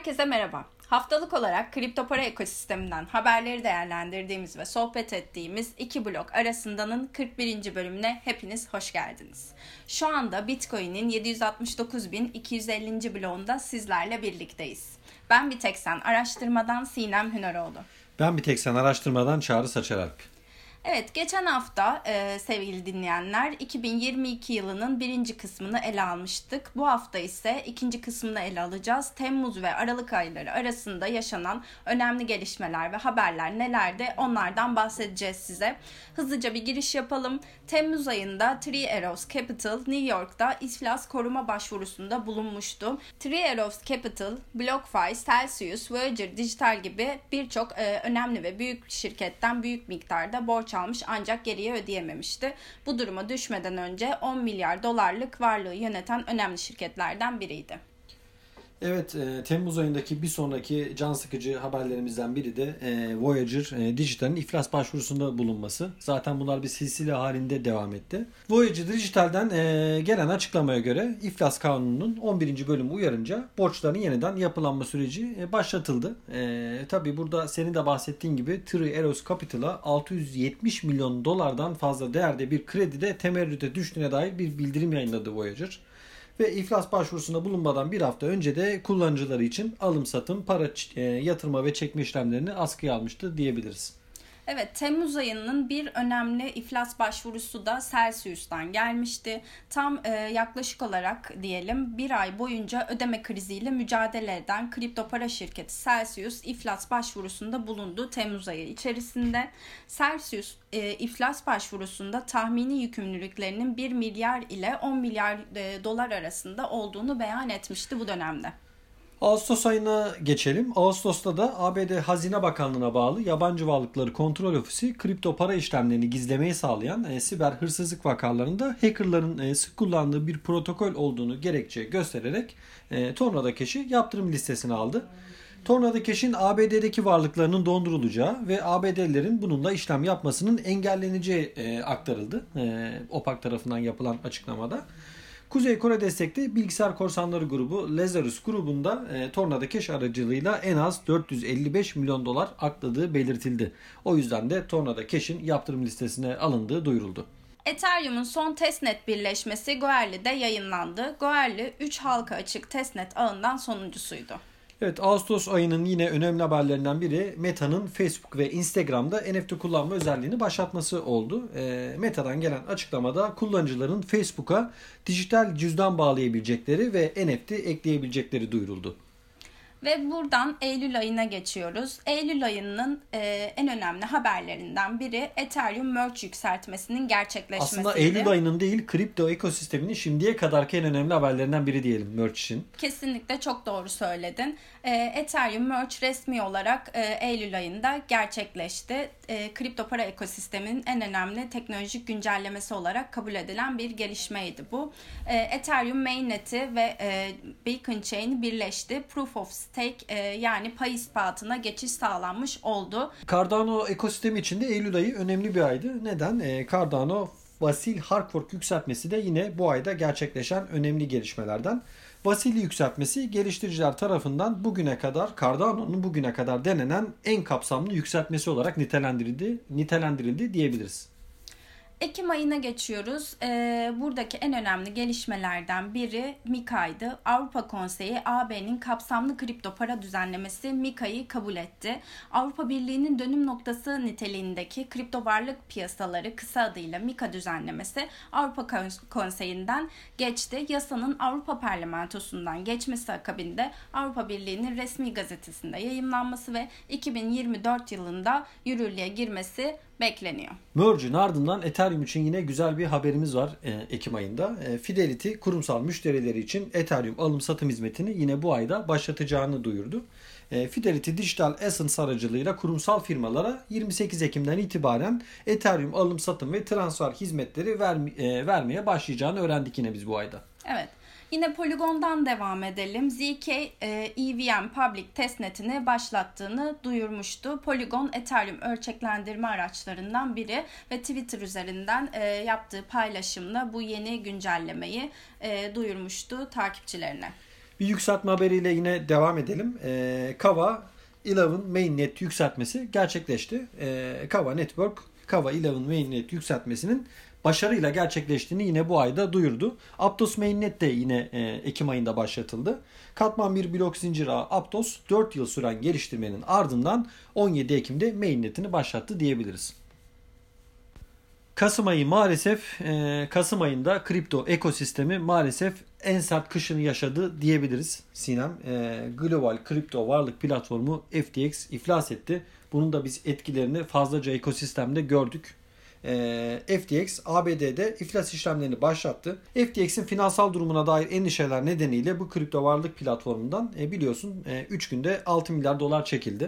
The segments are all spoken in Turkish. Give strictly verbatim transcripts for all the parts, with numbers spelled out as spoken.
Herkese merhaba. Haftalık olarak kripto para ekosisteminden haberleri değerlendirdiğimiz ve sohbet ettiğimiz iki blok arasındanın kırk birinci bölümüne hepiniz hoş geldiniz. Şu anda Bitcoin'in yedi yüz altmış dokuz bin iki yüz ellinci bloğunda sizlerle birlikteyiz. Ben Biteksen Araştırmadan Sinem Hüneroğlu. Ben Biteksen Araştırmadan Çağrı Saçaralp. Evet, geçen hafta e, sevgili dinleyenler iki bin yirmi iki yılının birinci kısmını ele almıştık. Bu hafta ise ikinci kısmını ele alacağız. Temmuz ve Aralık ayları arasında yaşanan önemli gelişmeler ve haberler nelerdi, onlardan bahsedeceğiz size. Hızlıca bir giriş yapalım. Temmuz ayında Three Arrows Capital New York'ta iflas koruma başvurusunda bulunmuştu. Three Arrows Capital, BlockFi, Celsius, Voyager Digital gibi birçok e, önemli ve büyük şirketten büyük miktarda borç almış ancak geriye ödeyememişti. Bu duruma düşmeden önce on milyar dolarlık varlığı yöneten önemli şirketlerden biriydi. Evet, e, Temmuz ayındaki bir sonraki can sıkıcı haberlerimizden biri de e, Voyager e, Digital'in iflas başvurusunda bulunması. Zaten bunlar bir silsile halinde devam etti. Voyager Digital'den e, gelen açıklamaya göre iflas kanununun on birinci bölümü uyarınca borçların yeniden yapılanma süreci e, başlatıldı. E, tabii burada senin de bahsettiğin gibi Three Arrows Capital'a altı yüz yetmiş milyon dolardan fazla değerde bir kredide temerrüte düştüğüne dair bir bildirim yayınladı Voyager. Ve iflas başvurusunda bulunmadan bir hafta önce de kullanıcıları için alım satım, para e, yatırma ve çekme işlemlerini askıya almıştı diyebiliriz. Evet, Temmuz ayının bir önemli iflas başvurusu da Celsius'tan gelmişti. Tam e, yaklaşık olarak diyelim bir ay boyunca ödeme kriziyle mücadele eden kripto para şirketi Celsius iflas başvurusunda bulundu Temmuz ayı içerisinde. Celsius e, iflas başvurusunda tahmini yükümlülüklerinin bir milyar ile on milyar e, dolar arasında olduğunu beyan etmişti bu dönemde. Ağustos ayına geçelim. Ağustos'ta da A B D Hazine Bakanlığı'na bağlı Yabancı Varlıkları Kontrol Ofisi kripto para işlemlerini gizlemeyi sağlayan e, siber hırsızlık vakalarında hackerların e, sık kullandığı bir protokol olduğunu gerekçe göstererek e, Tornado Cash'i yaptırım listesine aldı. Tornado Cash'in A B D'deki varlıklarının dondurulacağı ve A B D'lilerin bununla işlem yapmasının engelleneceği e, aktarıldı. E, OPAC tarafından yapılan açıklamada. Kuzey Kore destekli bilgisayar korsanları grubu Lazarus grubunda e, Tornado Cash aracılığıyla en az dört yüz elli beş milyon dolar akladığı belirtildi. O yüzden de Tornado Cash'in yaptırım listesine alındığı duyuruldu. Ethereum'un son testnet birleşmesi Goerli'de yayınlandı. Goerli üç halka açık testnet ağından sonuncusuydu. Evet, Ağustos ayının yine önemli haberlerinden biri Meta'nın Facebook ve Instagram'da N F T kullanma özelliğini başlatması oldu. E, Meta'dan gelen açıklamada kullanıcıların Facebook'a dijital cüzdan bağlayabilecekleri ve N F T ekleyebilecekleri duyuruldu. Ve buradan Eylül ayına geçiyoruz. Eylül ayının e, en önemli haberlerinden biri Ethereum merge yükseltmesinin gerçekleşmesiydi. Aslında Eylül ayının değil, kripto ekosisteminin şimdiye kadarki en önemli haberlerinden biri diyelim merge için. Kesinlikle çok doğru söyledin. E, Ethereum merge resmi olarak e, Eylül ayında gerçekleşti. E, kripto para ekosisteminin en önemli teknolojik güncellemesi olarak kabul edilen bir gelişmeydi bu. E, Ethereum mainnet'i ve e, Beacon Chain birleşti. Proof of Stake e, yani pay ispatına geçiş sağlanmış oldu. Cardano ekosistemi içinde Eylül ayı önemli bir aydı. Neden? E, Cardano Vasil Hardfork yükseltmesi de yine bu ayda gerçekleşen önemli gelişmelerden. Vasili yükseltmesi geliştiriciler tarafından bugüne kadar Cardano'nun bugüne kadar denenen en kapsamlı yükseltmesi olarak nitelendirildi, nitelendirildi diyebiliriz. Ekim ayına geçiyoruz. Ee, buradaki en önemli gelişmelerden biri MiCA'ydı. Avrupa Konseyi A B'nin kapsamlı kripto para düzenlemesi MiCA'yı kabul etti. Avrupa Birliği'nin dönüm noktası niteliğindeki kripto varlık piyasaları kısa adıyla MiCA düzenlemesi Avrupa Konseyi'nden geçti. Yasanın Avrupa Parlamentosu'ndan geçmesi akabinde Avrupa Birliği'nin resmi gazetesinde yayımlanması ve iki bin yirmi dört yılında yürürlüğe girmesi bekleniyor. Merge'in ardından Ethereum için yine güzel bir haberimiz var e, Ekim ayında. E, Fidelity kurumsal müşterileri için Ethereum alım satım hizmetini yine bu ayda başlatacağını duyurdu. E, Fidelity Digital Essence aracılığıyla kurumsal firmalara yirmi sekiz Ekim'den itibaren Ethereum alım satım ve transfer hizmetleri ver, e, vermeye başlayacağını öğrendik yine biz bu ayda. Evet. Yine Polygon'dan devam edelim. Z K e, E V M Public Testnet'ini başlattığını duyurmuştu. Polygon Ethereum ölçeklendirme araçlarından biri ve Twitter üzerinden e, yaptığı paylaşımla bu yeni güncellemeyi e, duyurmuştu takipçilerine. Bir yükseltme haberiyle yine devam edelim. E, Kava on mainnet yükseltmesi gerçekleşti. E, Kava Network, Kava on mainnet yükseltmesinin başarıyla gerçekleştiğini yine bu ayda duyurdu. Aptos mainnet de yine e, Ekim ayında başlatıldı. Katman bir blok zincir ağı Aptos dört yıl süren geliştirmenin ardından on yedi Ekim'de mainnetini başlattı diyebiliriz. Kasım ayı maalesef e, Kasım ayında kripto ekosistemi maalesef en sert kışını yaşadı diyebiliriz Sinem. E, global kripto varlık platformu F T X iflas etti. Bunun da biz etkilerini fazlaca ekosistemde gördük. E, F T X A B D'de iflas işlemlerini başlattı. F T X'in finansal durumuna dair endişeler nedeniyle bu kripto varlık platformundan e, biliyorsun e, üç günde altı milyar dolar çekildi.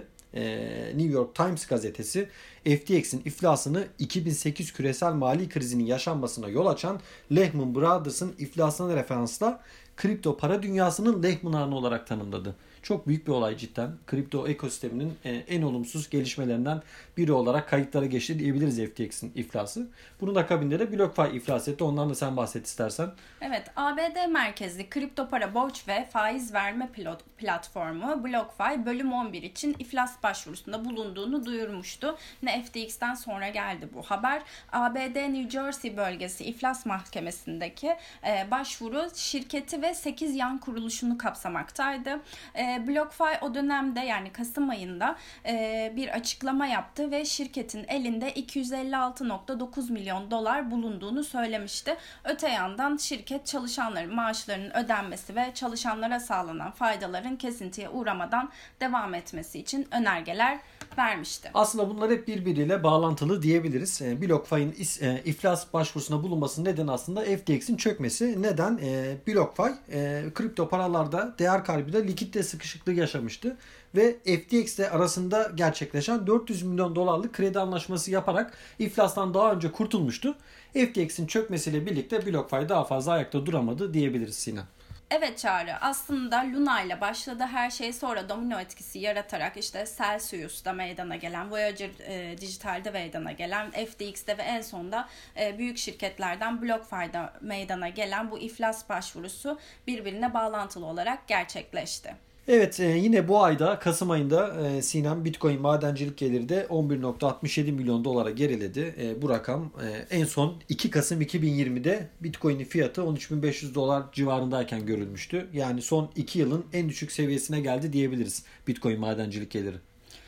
New York Times gazetesi F T X'in iflasını iki bin sekiz küresel mali krizinin yaşanmasına yol açan Lehman Brothers'ın iflasına referansla kripto para dünyasının Lehman Ağı'nı olarak tanımladı. Çok büyük bir olay cidden. Kripto ekosisteminin en olumsuz gelişmelerinden biri olarak kayıtlara geçti diyebiliriz F T X'in iflası. Bunun akabinde de BlockFi iflas etti. Ondan da sen bahset istersen. Evet, A B D merkezli kripto para borç ve faiz verme pilot platformu BlockFi bölüm on bir için iflas başvurusunda bulunduğunu duyurmuştu. Yine F T X'ten sonra geldi bu haber. A B D New Jersey bölgesi iflas mahkemesindeki e, başvuru şirketi ve sekiz yan kuruluşunu kapsamaktaydı. E, BlockFi o dönemde yani Kasım ayında e, bir açıklama yaptı ve şirketin elinde iki yüz elli altı virgül dokuz milyon dolar bulunduğunu söylemişti. Öte yandan şirket çalışanların maaşlarının ödenmesi ve çalışanlara sağlanan faydaların kesintiye uğramadan devam etmesi için önergeler vermişti. Aslında bunlar hep birbiriyle bağlantılı diyebiliriz. BlockFi'nin iflas başvurusuna bulunması neden aslında F T X'in çökmesi. Neden? BlockFi kripto paralarda değer kaybıyla likitte sıkışıklığı yaşamıştı. Ve F T X ile arasında gerçekleşen dört yüz milyon dolarlık kredi anlaşması yaparak iflastan daha önce kurtulmuştu. F T X'in çökmesiyle birlikte BlockFi daha fazla ayakta duramadı diyebiliriz Sinan. Evet Çağrı, aslında Luna ile başladı her şey, sonra domino etkisi yaratarak işte Celsius'ta meydana gelen, Voyager e, Digital'de meydana gelen, F T X'te ve en sonunda e, büyük şirketlerden BlockFi'de meydana gelen bu iflas başvurusu birbirine bağlantılı olarak gerçekleşti. Evet, yine bu ayda Kasım ayında e, Sinem Bitcoin madencilik geliri de on bir virgül altmış yedi milyon dolara geriledi. E, bu rakam e, en son iki Kasım iki bin yirmide Bitcoin'in fiyatı on üç bin beş yüz dolar civarındayken görülmüştü. Yani son iki yılın en düşük seviyesine geldi diyebiliriz Bitcoin madencilik geliri.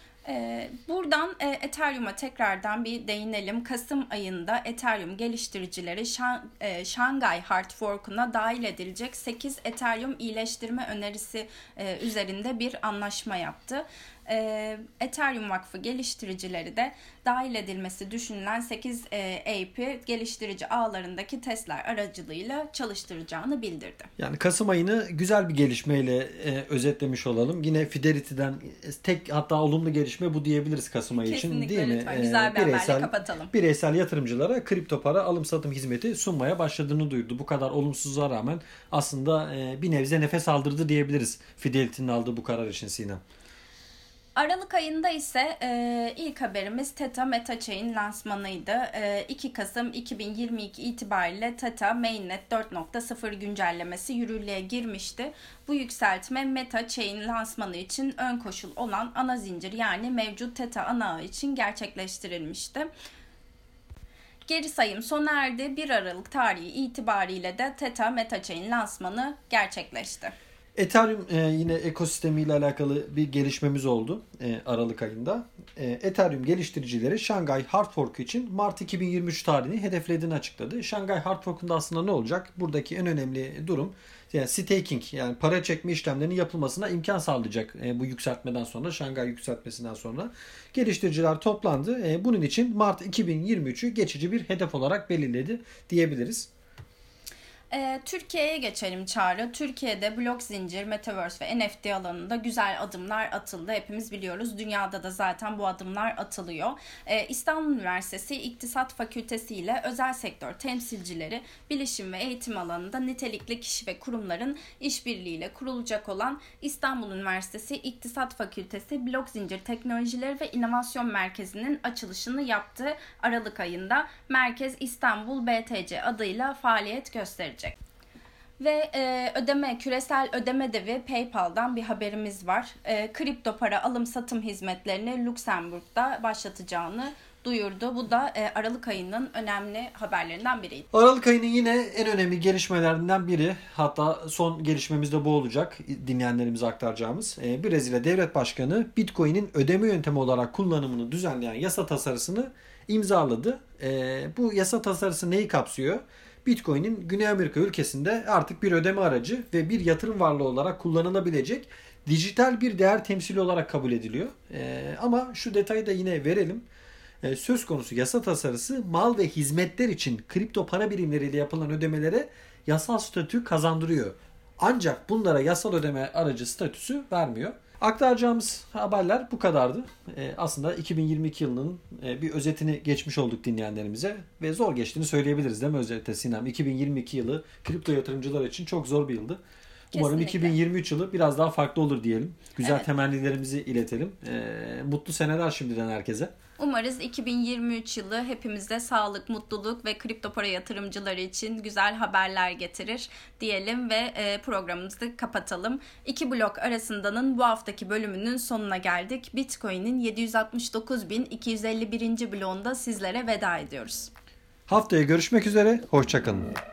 Buradan Ethereum'a tekrardan bir değinelim. Kasım ayında Ethereum geliştiricileri Shanghai Hard Fork'una dahil edilecek sekiz Ethereum iyileştirme önerisi üzerinde bir anlaşma yaptı. Ethereum Vakfı geliştiricileri de dahil edilmesi düşünülen sekiz A P I geliştirici ağlarındaki testler aracılığıyla çalıştıracağını bildirdi. Yani Kasım ayını güzel bir gelişmeyle e, özetlemiş olalım. Yine Fidelity'den tek hatta olumlu gelişme bu diyebiliriz Kasım ayı Kesinlikle, için değil mi? Lütfen. Güzel bir bireysel, haberle kapatalım. Bireysel yatırımcılara kripto para alım satım hizmeti sunmaya başladığını duyurdu. Bu kadar olumsuzluğa rağmen aslında e, bir nebze nefes aldırdı diyebiliriz Fidelity'nin aldığı bu karar için Sinem. Aralık ayında ise e, ilk haberimiz Theta MetaChain lansmanıydı. E, iki Kasım iki bin yirmi iki itibariyle Theta Mainnet dört nokta sıfır güncellemesi yürürlüğe girmişti. Bu yükseltme MetaChain lansmanı için ön koşul olan ana zincir yani mevcut Theta ana ağı için gerçekleştirilmişti. Geri sayım sona erdi. bir Aralık tarihi itibariyle de Theta MetaChain lansmanı gerçekleşti. Ethereum e, yine ekosistemiyle alakalı bir gelişmemiz oldu e, Aralık ayında. E, Ethereum geliştiricileri Shanghai Hard Fork için Mart iki bin yirmi üç tarihini hedeflediğini açıkladı. Shanghai Hard Fork'unda aslında ne olacak? Buradaki en önemli durum yani staking yani para çekme işlemlerinin yapılmasına imkan sağlayacak e, bu yükseltmeden sonra, Shanghai yükseltmesinden sonra. Geliştiriciler toplandı. E, bunun için Mart iki bin yirmi üçü geçici bir hedef olarak belirledi diyebiliriz. E, Türkiye'ye geçelim Çağrı. Türkiye'de blok zincir, metaverse ve N F T alanında güzel adımlar atıldı. Hepimiz biliyoruz. Dünyada da zaten bu adımlar atılıyor. E, İstanbul Üniversitesi İktisat Fakültesi ile özel sektör temsilcileri bilişim ve eğitim alanında nitelikli kişi ve kurumların işbirliğiyle kurulacak olan İstanbul Üniversitesi İktisat Fakültesi Blok Zincir Teknolojileri ve İnovasyon Merkezi'nin açılışını yaptı. Aralık ayında Merkez İstanbul B T C adıyla faaliyet gösterecek. Ve e, ödeme, küresel ödeme devi PayPal'dan bir haberimiz var. E, kripto para alım satım hizmetlerini Lüksemburg'da başlatacağını duyurdu. Bu da e, Aralık ayının önemli haberlerinden biriydi. Aralık ayının yine en önemli gelişmelerinden biri, hatta son gelişmemiz de bu olacak dinleyenlerimize aktaracağımız. E, Brezilya Devlet Başkanı Bitcoin'in ödeme yöntemi olarak kullanımını düzenleyen yasa tasarısını imzaladı. E, bu yasa tasarısı neyi kapsıyor? Bitcoin'in Güney Amerika ülkesinde artık bir ödeme aracı ve bir yatırım varlığı olarak kullanılabilecek dijital bir değer temsili olarak kabul ediliyor. E, ama şu detayı da yine verelim. E, söz konusu yasa tasarısı mal ve hizmetler için kripto para birimleriyle yapılan ödemelere yasal statü kazandırıyor. Ancak bunlara yasal ödeme aracı statüsü vermiyor. Aktaracağımız haberler bu kadardı. E, aslında iki bin yirmi iki yılının e, bir özetini geçmiş olduk dinleyenlerimize ve zor geçtiğini söyleyebiliriz değil mi özellikle Sinem? iki bin yirmi iki yılı kripto yatırımcılar için çok zor bir yıldı. Umarım Kesinlikle. iki bin yirmi üç yılı biraz daha farklı olur diyelim. Güzel Evet. temennilerimizi iletelim. E, mutlu seneler şimdiden herkese. Umarız iki bin yirmi üç yılı hepimize sağlık, mutluluk ve kripto para yatırımcıları için güzel haberler getirir diyelim ve e, programımızı kapatalım. İki blok arasındanın bu haftaki bölümünün sonuna geldik. Bitcoin'in yedi yüz altmış dokuz bin iki yüz elli birinci bloğunda sizlere veda ediyoruz. Haftaya görüşmek üzere, hoşça kalın.